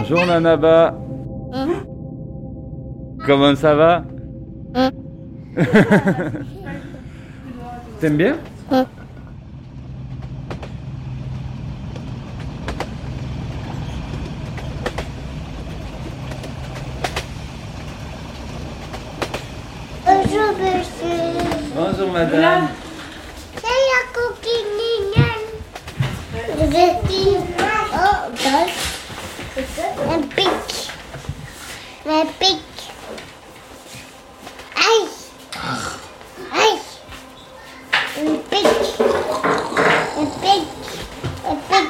Bonjour Nanaba. Comment ça va? T'aimes bien? Bonjour monsieur. Bonjour madame. C'est la coquille mignonne. Vous êtes qui? Oh, gosse. Un pic. Un pic. Aïe. Aïe. Un pic. Un pic. Un pic.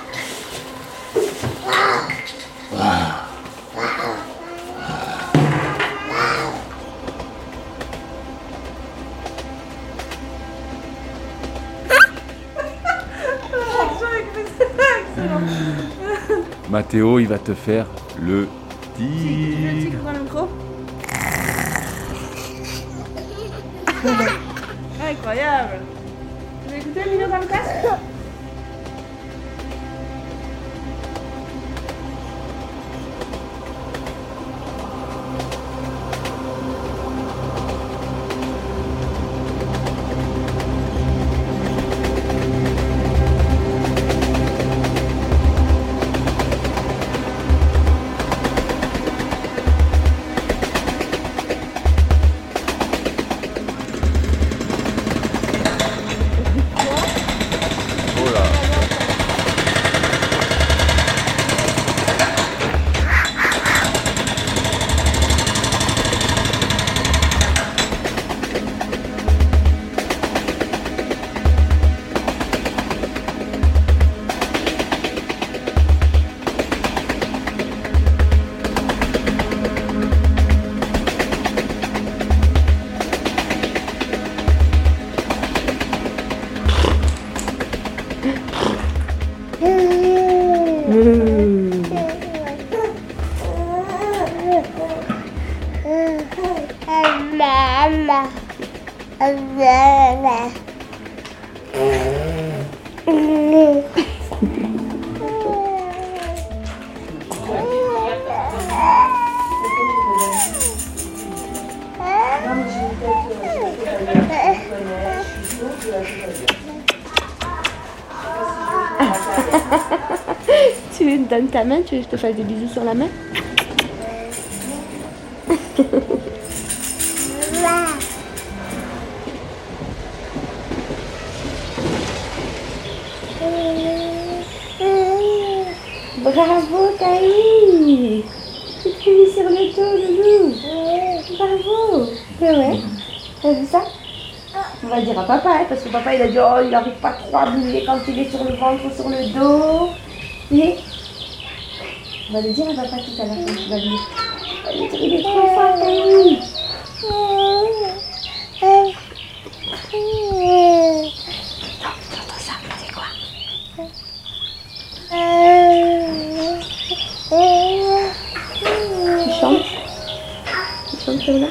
Mathéo, il va te faire le tigre. Tigre dans le micro. Incroyable. Tu veux écouter le vidéo dans le casque? Oh là. Tu me donnes ta main, tu veux que je te fasse des bisous sur la main? Bravo Taï! Tu te fais sur le dos, loulou! Bravo! Ouais. T'as vu ça? On va le dire à papa, hein, parce que papa il a dit oh il n'arrive pas trop à bouger quand il est sur le ventre ou sur le dos. Et on va le dire à papa tout à l'heure quand tu vas venir. On va lui dire il est trop fort Taï! T'entends ça? C'est quoi? Tu chantes? Tu chantes celle-là?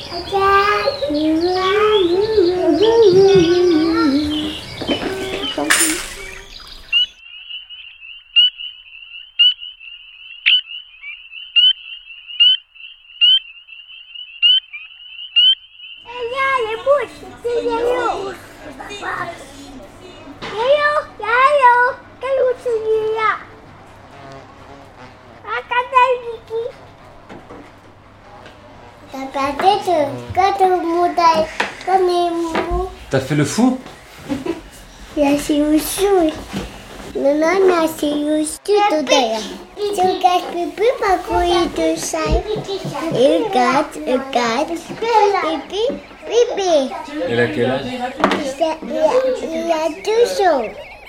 T'as fait le fou? Я сижу. Мама сижу туда. Только пипи покоит сай. И гад. Пипи. Elle a quel âge? Il y a 2 ans.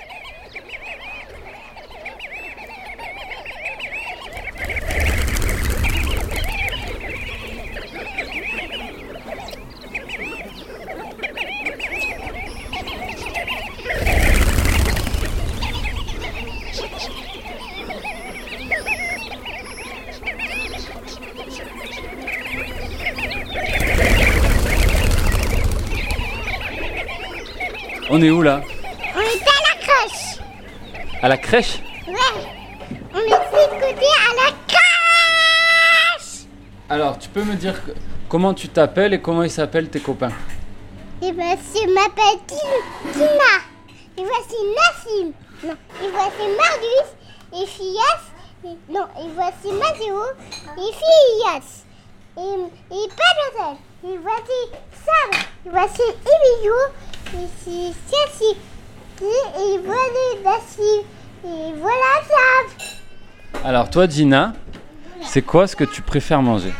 On est où là? On est à la crèche. À la crèche? Ouais. On est écouté à la crèche. Alors, tu peux me dire comment tu t'appelles et comment ils s'appellent tes copains? Et ben, je m'appelle Tina. Et voici Nassim. Non, et voici Marius. Et Fias. Non, et voici Mathéo. Et Fias. Et Padotel. Et voici Sam. Et voici Emilio. Et c'est Cassie. Et voilà Nassim. Et voilà Sam. Alors, toi, Gina, c'est quoi ce que tu préfères manger?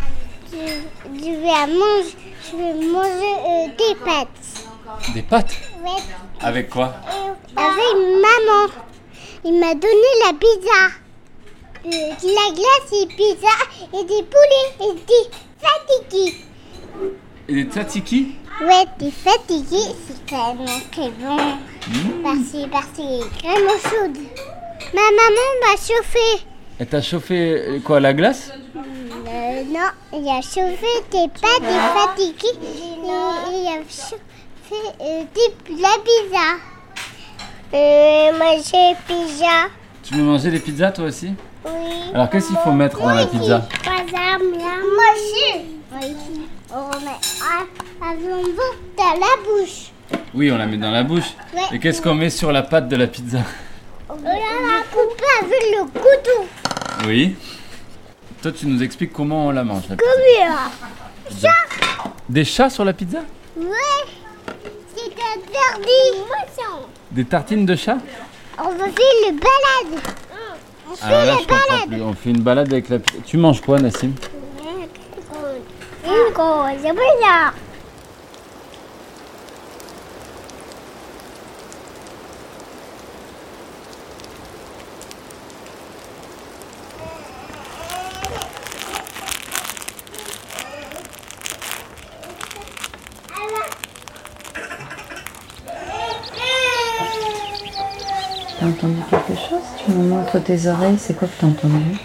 Je vais manger des pâtes. Des pâtes? Ouais. Avec quoi? Avec maman. Il m'a donné la pizza. La glace et pizza et des poulets et des fatigués. Et des tzatziki? Ouais, des fatigués, c'est tellement très bon. Parce que c'est vraiment chaude. Ma maman m'a chauffé. Et t'as chauffé quoi, la glace? Non, il a chauffé des pâtes et fatigués et il a chauffé la pizza. Manger pizza. Tu veux manger des pizzas toi aussi? Oui. Alors qu'est-ce qu'il faut mettre dans la pizza? Par exemple, moi aussi. On met un bonbon dans la bouche. Oui, on la met dans la bouche. Ouais. Et qu'est-ce qu'on met sur la pâte de la pizza? On la coupe avec le couteau. Oui. Toi, tu nous expliques comment on la mange. La pizza. Comme ça. Des chats sur la pizza? Ouais. C'est interdit. Des tartines de chat? On va faire le balade. On fait Ah là, la je comprends balade. plus. On fait une balade avec la pizza. Tu manges quoi, Nassim? Une grosse pizza. T'as entendu quelque chose? Tu me montres tes oreilles, c'est quoi que t'as entendu?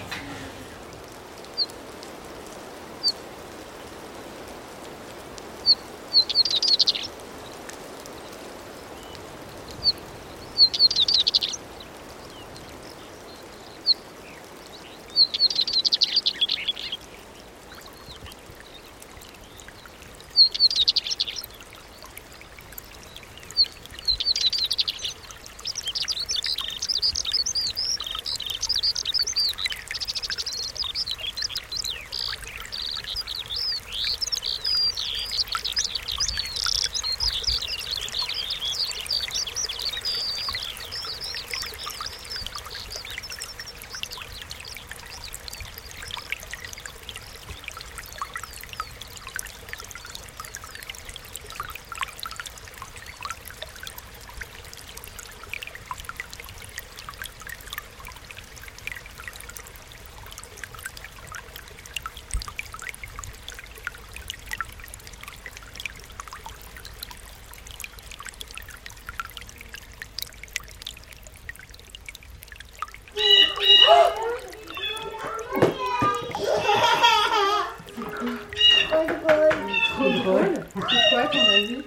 C'est quoi ton avis?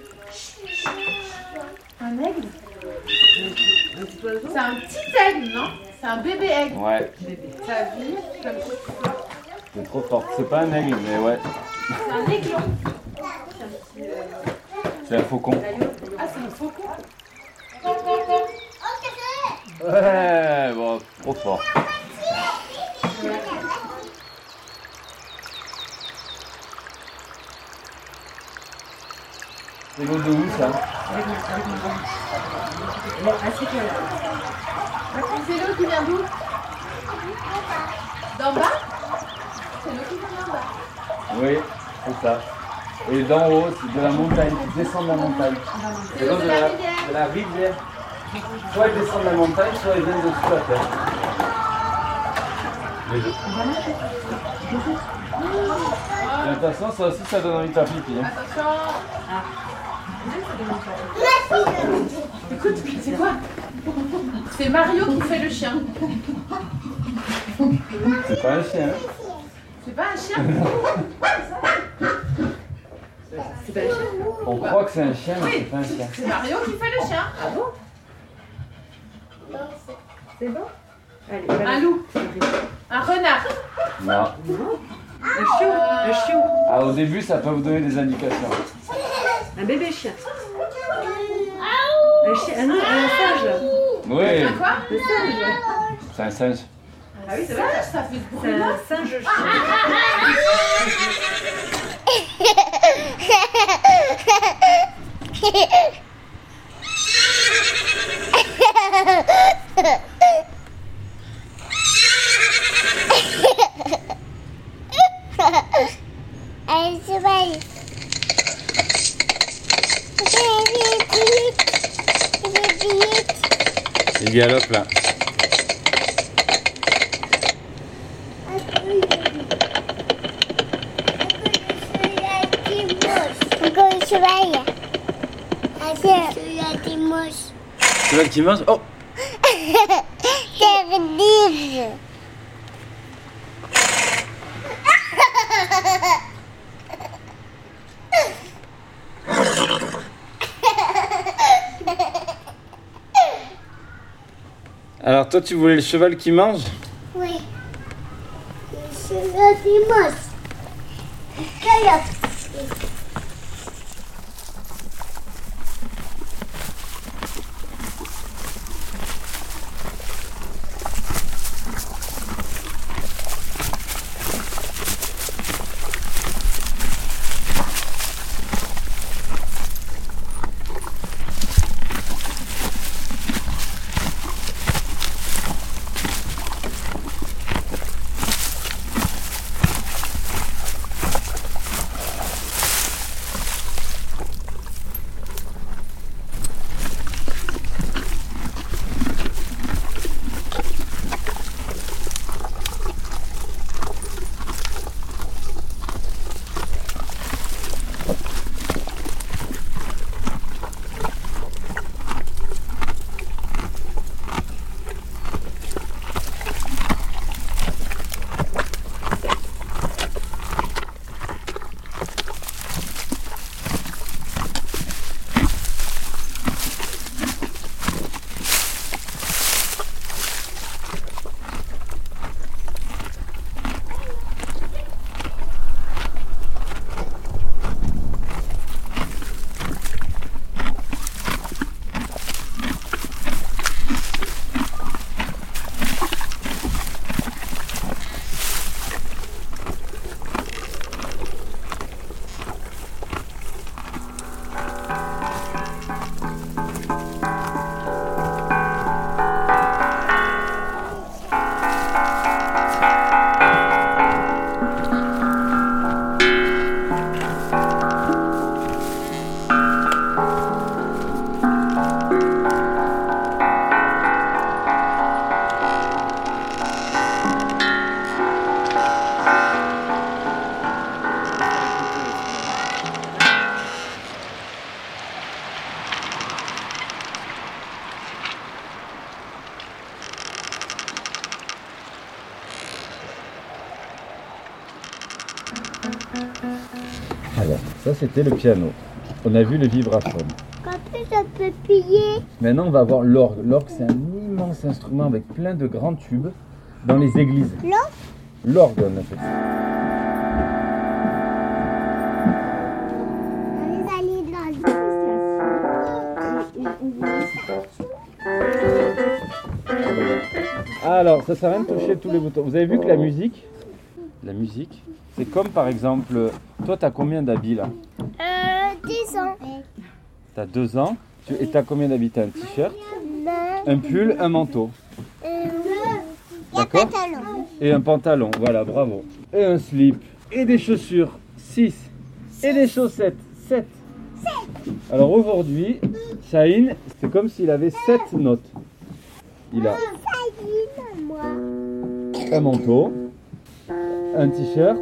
Un aigle? C'est un petit aigle, non? C'est un bébé aigle. Ouais. Ça vit comme ça. C'est trop fort. C'est pas un aigle, mais ouais. C'est un aiglon. C'est un faucon. Ah, c'est un faucon. Ouais, bon, trop fort. C'est l'eau de où ça? C'est l'eau qui vient d'où? D'en bas? C'est l'eau qui vient d'en bas. Oui, c'est ça. Et d'en haut, c'est de la montagne, qui descend de la montagne. C'est l'eau de la rivière. Soit ils descendent de la montagne, soit ils viennent de-dessous la terre. Les deux. Et attention, ça aussi, ça donne envie de faire pipi. Hein. Attention. Écoute, c'est quoi? C'est Mario qui fait le chien. C'est pas un chien. Hein. C'est pas un chien? C'est pas un chien? On croit que c'est un chien, mais c'est pas un chien. C'est Mario qui fait le chien. Ah bon? C'est bon? Allez, Un loup. Un renard. Non. un chou. Un chiot. Ah, au début, ça peut vous donner des indications. Un bébé chien. Un chien, un singe. Oui, Un quoi? Un singe, ouais. c'est un singe. Ah oui, c'est vrai, ça fait ce C'est bruit-là. un singe chien. Allez, cheval. Il galope là. Encore le cheval. Celui-là qui moche. Cheval qui mange. Oh! C'est ridicule. Alors, toi, tu voulais le cheval qui mange? Oui. Celui-là qui moche. Galope. Alors, ça c'était le piano. On a vu le vibraphone. Quand plus on peut plier. Maintenant, on va voir l'orgue. L'orgue, c'est un immense instrument avec plein de grands tubes dans les églises. L'orgue? L'orgue, on appelle ça. On est allé dans Alors, ça sert à rien de toucher tous les boutons. Vous avez vu que la musique, c'est comme par exemple, toi, tu as combien d'habits là? 10 ans. Tu as 2 ans. Et tu as combien d'habits? Tu as un t-shirt, Non. un pull, un manteau. D'accord? Et un pantalon, voilà, bravo. Et un slip, et des chaussures, 6. Et des chaussettes, 7. Alors aujourd'hui, Shaheen, c'est comme s'il avait 7 notes. Il a Moi. un manteau, un t-shirt,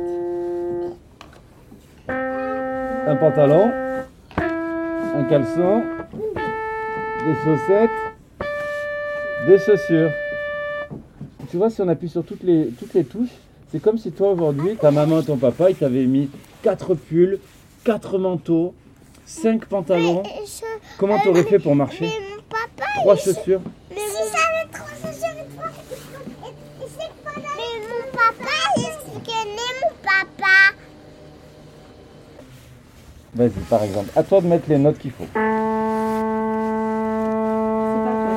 un pantalon, un caleçon, des chaussettes, des chaussures. Tu vois, si on appuie sur toutes les touches, c'est comme si toi aujourd'hui, ta maman et ton papa, ils t'avaient mis 4 pulls, 4 manteaux, 5 pantalons. Comment tu aurais fait pour marcher? Mais mon papa. 3 chaussures. Si j'avais 3 chaussures et 3 mais mon papa, il connaît mon papa. Vas-y, par exemple. À toi de mettre les notes qu'il faut. C'est pas toi,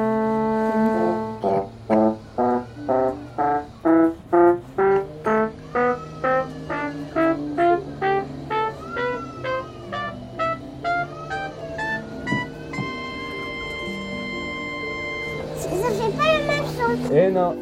Ça fait pas la même chose. Eh non.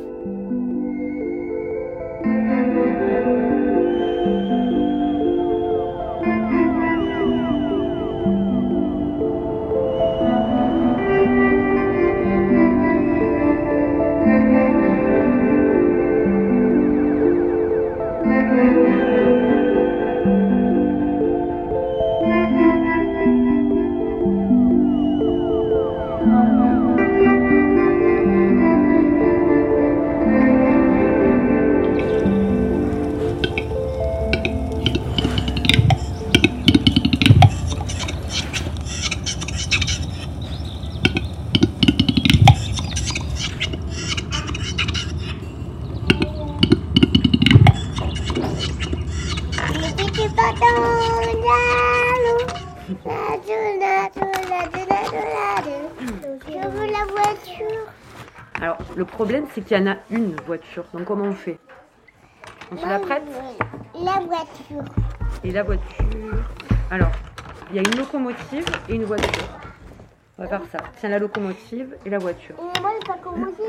Je veux la voiture. Alors, le problème, c'est qu'il y en a une voiture. Donc, comment on fait? On se la prête? La voiture. Et la voiture... Alors, il y a une locomotive et une voiture. On va faire ça. Tiens, la locomotive et la voiture. Et moi, j'ai pas commencé.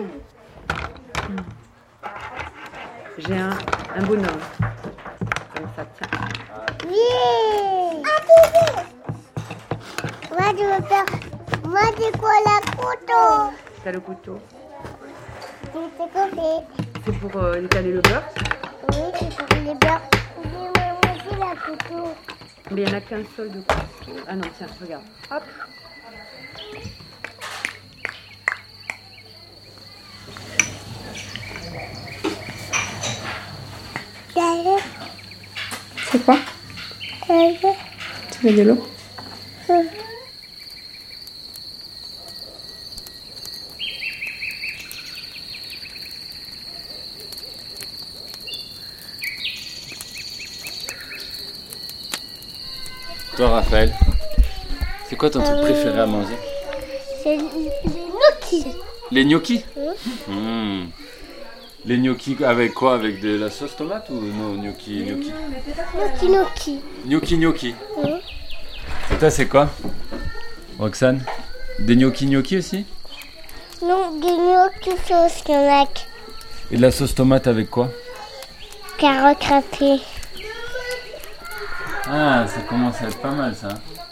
J'ai un bonhomme. Comme ça, tiens. Yeah. Moi, je veux faire... Moi, c'est quoi la couteau? T'as le couteau. C'est coupé. C'est pour étaler le beurre. Oui, c'est pour les beurres. Moi aussi, la couteau. Mais il n'y en a qu'un seul de couteau. Ah non, tiens, regarde. Hop. C'est quoi? Tu veux de l'eau? Toi, Raphaël, c'est quoi ton truc préféré à manger? C'est les gnocchis. Les gnocchis? Les gnocchis avec quoi? Avec de la sauce tomate ou non? Gnocchi. Gnocchi. Gnocchi. Et toi, c'est quoi, Roxane? Des gnocchi aussi? Non, des gnocchis sauce avec Et de la sauce tomate avec quoi? carottes râpées. Ah, ça commence à être pas mal ça.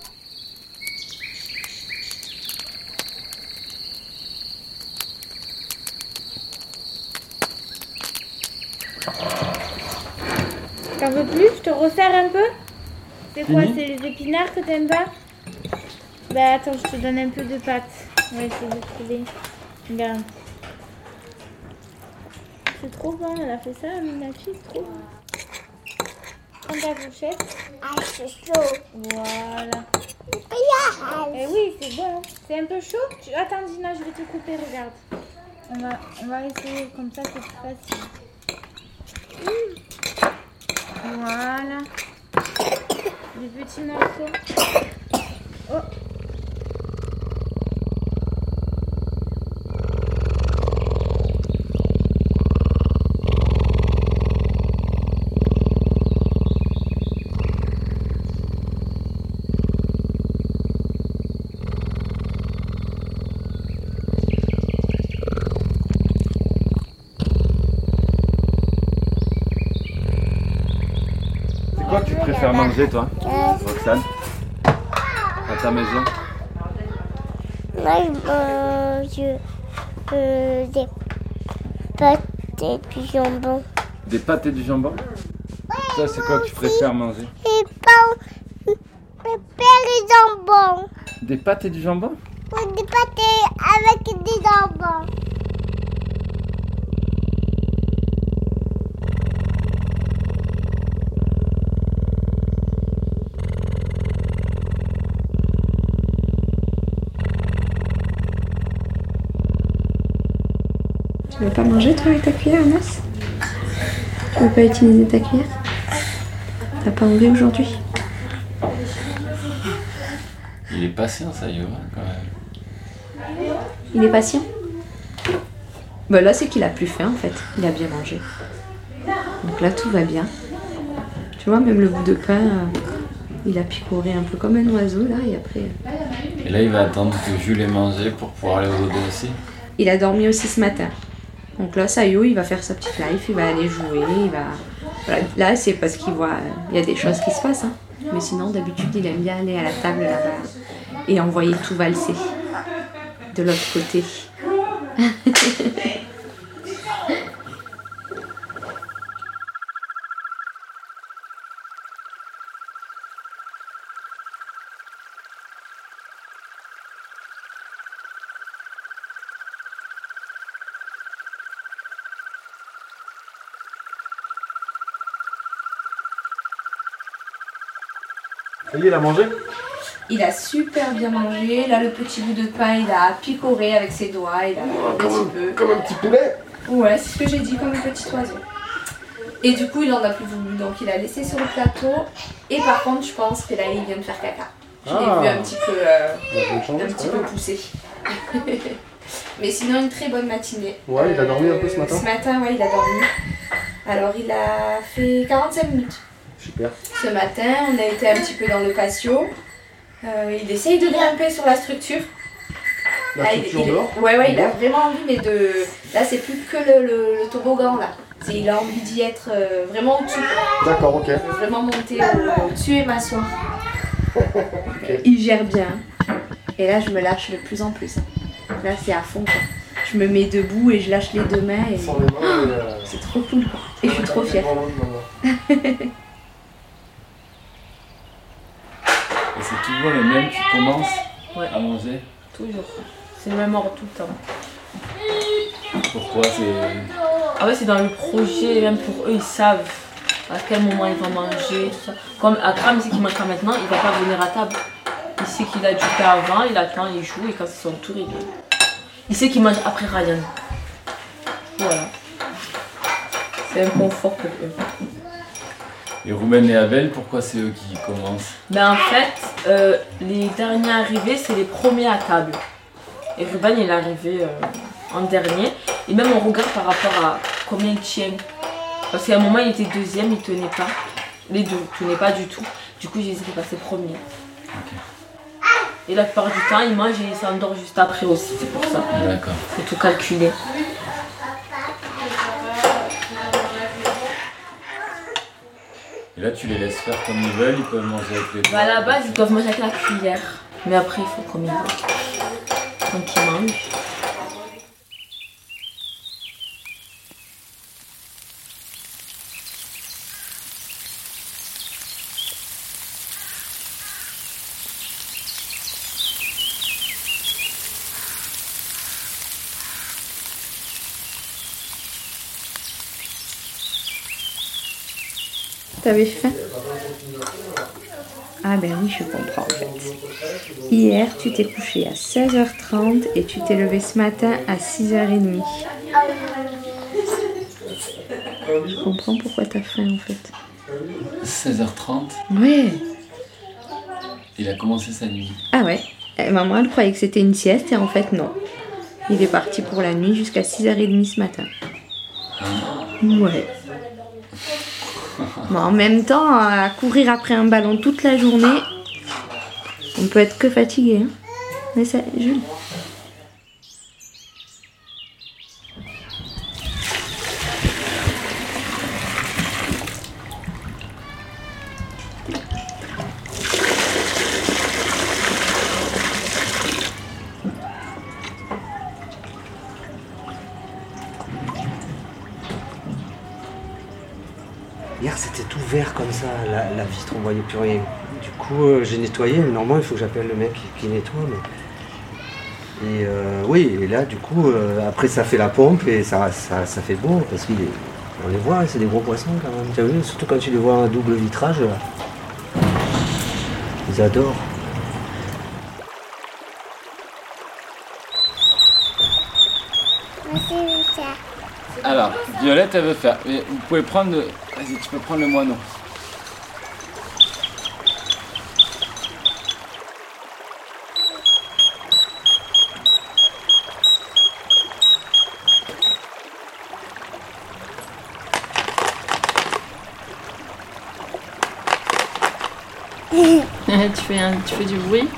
T'en veux plus? Je te resserre un peu? C'est quoi? Fini? C'est les épinards que t'aimes pas? Bah attends, je te donne un peu de pâte. On va essayer de trouver. Regarde. C'est trop bon, elle a fait ça, Amina, c'est trop bon. Prends ta fourchette. Ah, c'est chaud. Voilà. Regarde. Eh oui, c'est bon. C'est un peu chaud. Attends, Dina, je vais te couper, regarde. On va essayer comme ça, c'est plus facile. Voilà. Des petits morceaux. Oh. C'est quoi que tu préfères manger, toi, Roxane? À ta maison? Moi, je mange des pâtes et du jambon. Des pâtes et du jambon? Toi, c'est quoi que tu préfères manger? Et pas les jambons. Des pâtes et du jambon? Ou des pâtes avec des jambons. Tu veux pas manger toi avec ta cuillère, Anas? Tu veux pas utiliser ta cuillère? T'as pas envie aujourd'hui? Il est patient, ça y va, quand même. Il est patient. Bah là, c'est qu'il a plus faim en fait. Il a bien mangé. Donc là, tout va bien. Tu vois, même le bout de pain, il a picoré un peu comme un oiseau là et après. Et là, il va attendre que Jules ait mangé pour pouvoir aller au dodo aussi. Il a dormi aussi ce matin. Donc là, Sayo, il va faire sa petite life, il va aller jouer, il va. Voilà. Là, c'est parce qu'il voit, il y a des choses qui se passent. Hein. Mais sinon, d'habitude, il aime bien aller à la table là-bas et envoyer tout valser de l'autre côté. Ça y est, il a mangé? Il a super bien mangé. Là, le petit bout de pain, il a picoré avec ses doigts. Il a un petit peu. Comme un petit poulet. Ouais, c'est ce que j'ai dit, comme un petit oiseau. Et du coup, il en a plus voulu. Donc, il a laissé sur le plateau. Et par contre, je pense que là, il vient de faire caca. Je l'ai vu un petit peu poussé. Mais sinon, une très bonne matinée. Ouais, il a dormi un peu ce matin? Ce matin, ouais, il a dormi. Alors, il a fait 45 minutes. Super. Ce matin, on a été un petit peu dans le patio. Il essaye de grimper sur la structure. La structure dehors? Ouais, il a vraiment envie, mais de. Là, c'est plus que le toboggan, là. Il a envie d'y être vraiment au-dessus. D'accord, ok. Il veut vraiment monter au-dessus et m'asseoir. Okay. Il gère bien. Et là, je me lâche de plus en plus. Là, c'est à fond, quoi. Je me mets debout et je lâche les deux mains. Et... Sans les mains, c'est trop cool, quoi. Et je suis trop fière. Et c'est toujours les mêmes qui commencent à manger? Toujours. C'est le même ordre tout le temps. Pourquoi c'est... Ah ouais, c'est dans le projet, même pour eux, ils savent à quel moment ils vont manger, tout ça. Comme Akram, il sait qu'il mange pas maintenant, il va pas venir à table. Il sait qu'il a du pain avant, il attend, il joue, et quand c'est son tour, il sait qu'il mange après Ryan. Voilà. C'est un confort pour eux. Et Roumen et Abel, pourquoi c'est eux qui commencent? Ben en fait, les derniers arrivés, c'est les premiers à table. Et Ruben, il est arrivé en dernier. Et même on regarde par rapport à combien il tient. Parce qu'à un moment, il était deuxième, il tenait pas. Les deux, il tenait pas du tout. Du coup, j'ai essayé de passer premier. Okay. Et la plupart du temps, il mange et il s'endort juste après aussi, c'est pour ça. D'accord. Faut tout calculer. Et là, tu les laisses faire comme ils veulent, ils peuvent manger avec les doigts. Bah, à la base, ils doivent manger avec la cuillère. Mais après, il faut comme ils veulent. Donc, ils mangent. T'avais faim? Ah ben oui, je comprends en fait. Hier, tu t'es couché à 16h30 et tu t'es levé ce matin à 6h30. Je comprends pourquoi t'as faim en fait. 16h30, Ouais. il a commencé sa nuit. Ah ouais. Maman, elle croyait que c'était une sieste et en fait non. Il est parti pour la nuit jusqu'à 6h30 ce matin. Ouais. Bon, en même temps, à courir après un ballon toute la journée, on peut être que fatigué. Hein. Mais ça, Jules. Hier c'était tout vert comme ça, la vitre on voyait plus rien. Du coup j'ai nettoyé, mais normalement il faut que j'appelle le mec qui nettoie. Mais... Et oui, et là du coup après ça fait la pompe et ça fait beau parce qu'on les voit, c'est des gros poissons quand même. T'as vu, surtout quand tu les vois en double vitrage, ils adorent. Alors, Violette, elle veut faire. Mais vous pouvez prendre le... Vas-y, tu peux prendre le moineau. Tu fais du bruit.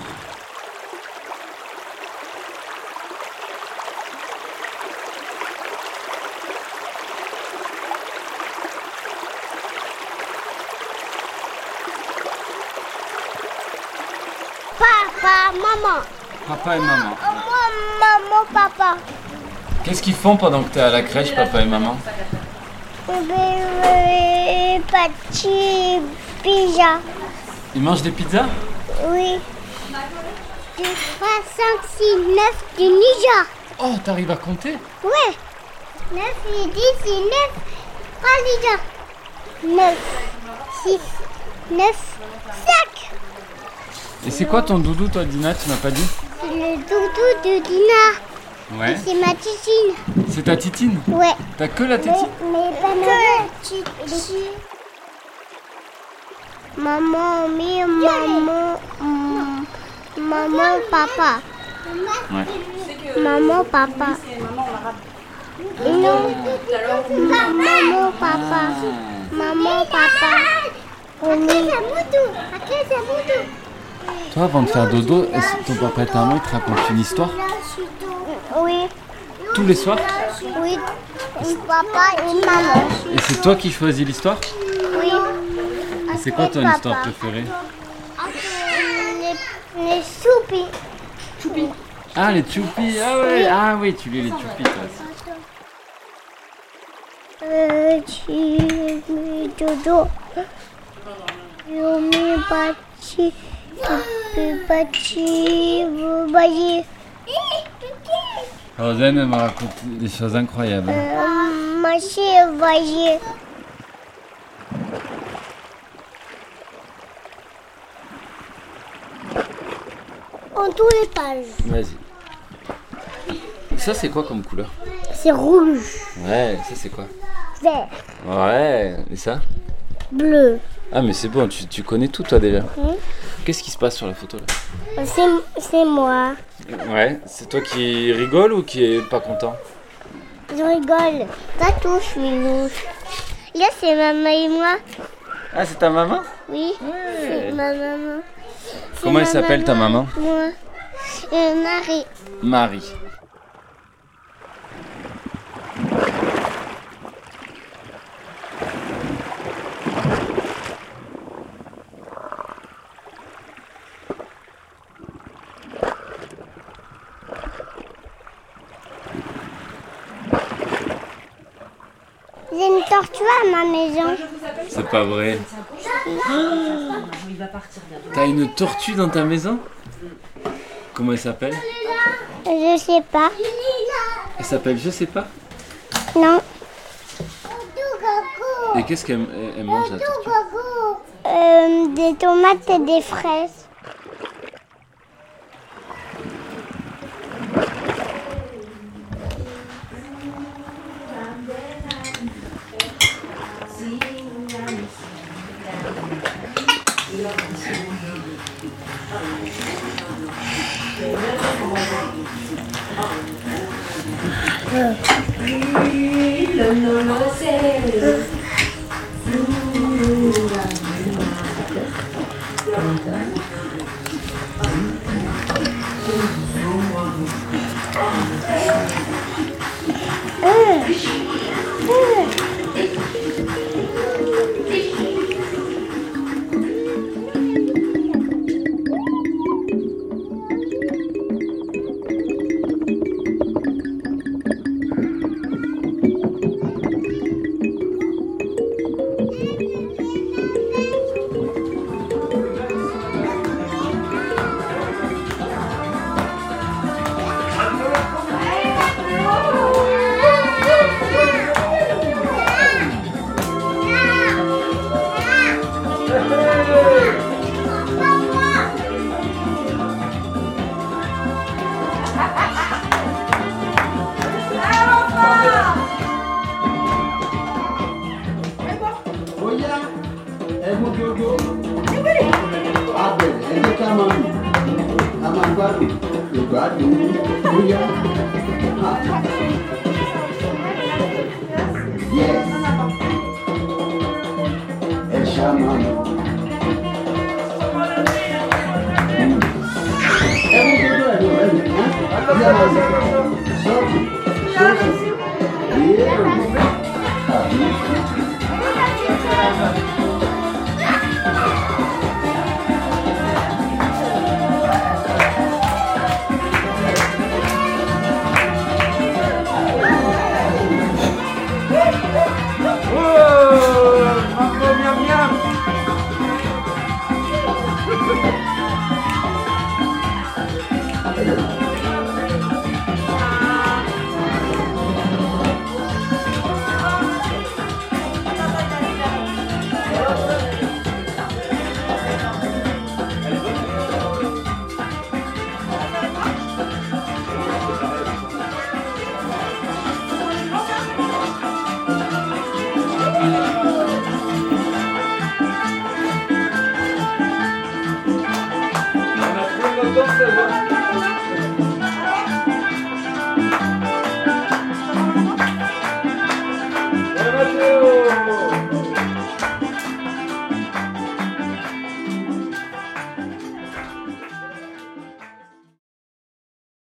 Papa, maman. Papa et maman. Maman, papa. Qu'est-ce qu'ils font pendant que tu es à la crèche, papa et maman? Petit pizza. Ils mangent des pizzas? Oui. 2, 3, 5, 6, 9 du Niger. Oh, t'arrives à compter? Ouais. 9 et 10 et 9. 3 Niger. 9, 6, 9, 5. Et c'est quoi ton doudou, toi, Dina? Tu m'as pas dit? C'est le doudou de Dina. Ouais. Et c'est ma titine. C'est ta titine? Ouais. T'as que la tétine? Mais pas que maman, maman, papa. Ouais. Maman, papa. Non. Maman, papa. Maman, papa. Toi, avant de faire dodo, est-ce que ton papa et ta maman ils te racontent une histoire? Oui. Tous les soirs? Oui. Papa et maman. Et c'est toi qui choisis l'histoire? Oui. Et c'est quoi ton histoire préférée? Les soupis. Ah, les choupis! Ah ouais! Ah oui, tu lis les choupis, toi aussi. Dodo. Rosanne, elle me raconte des choses incroyables. Voyez. En tous les pages. Vas-y. Ça, c'est quoi comme couleur? C'est rouge, Ouais, ça, c'est quoi? vert, Ouais, et ça? bleu. Ah, mais c'est bon, tu connais tout, toi, déjà. Qu'est-ce qui se passe sur la photo, là? C'est moi. Ouais, c'est toi qui rigole ou qui est pas content? Je rigole. Pas touche, Milouche. Là, c'est maman et moi. Ah, c'est ta maman? Oui, c'est ma maman. Comment elle s'appelle, ta maman? Moi. Marie. Marie. J'ai une tortue à ma maison. C'est pas vrai. T'as une tortue dans ta maison? Comment elle s'appelle? Je sais pas. Elle s'appelle je sais pas. Non. Et qu'est-ce qu'elle elle mange, la tortue? Des tomates et des fraises. Viens, monsieur.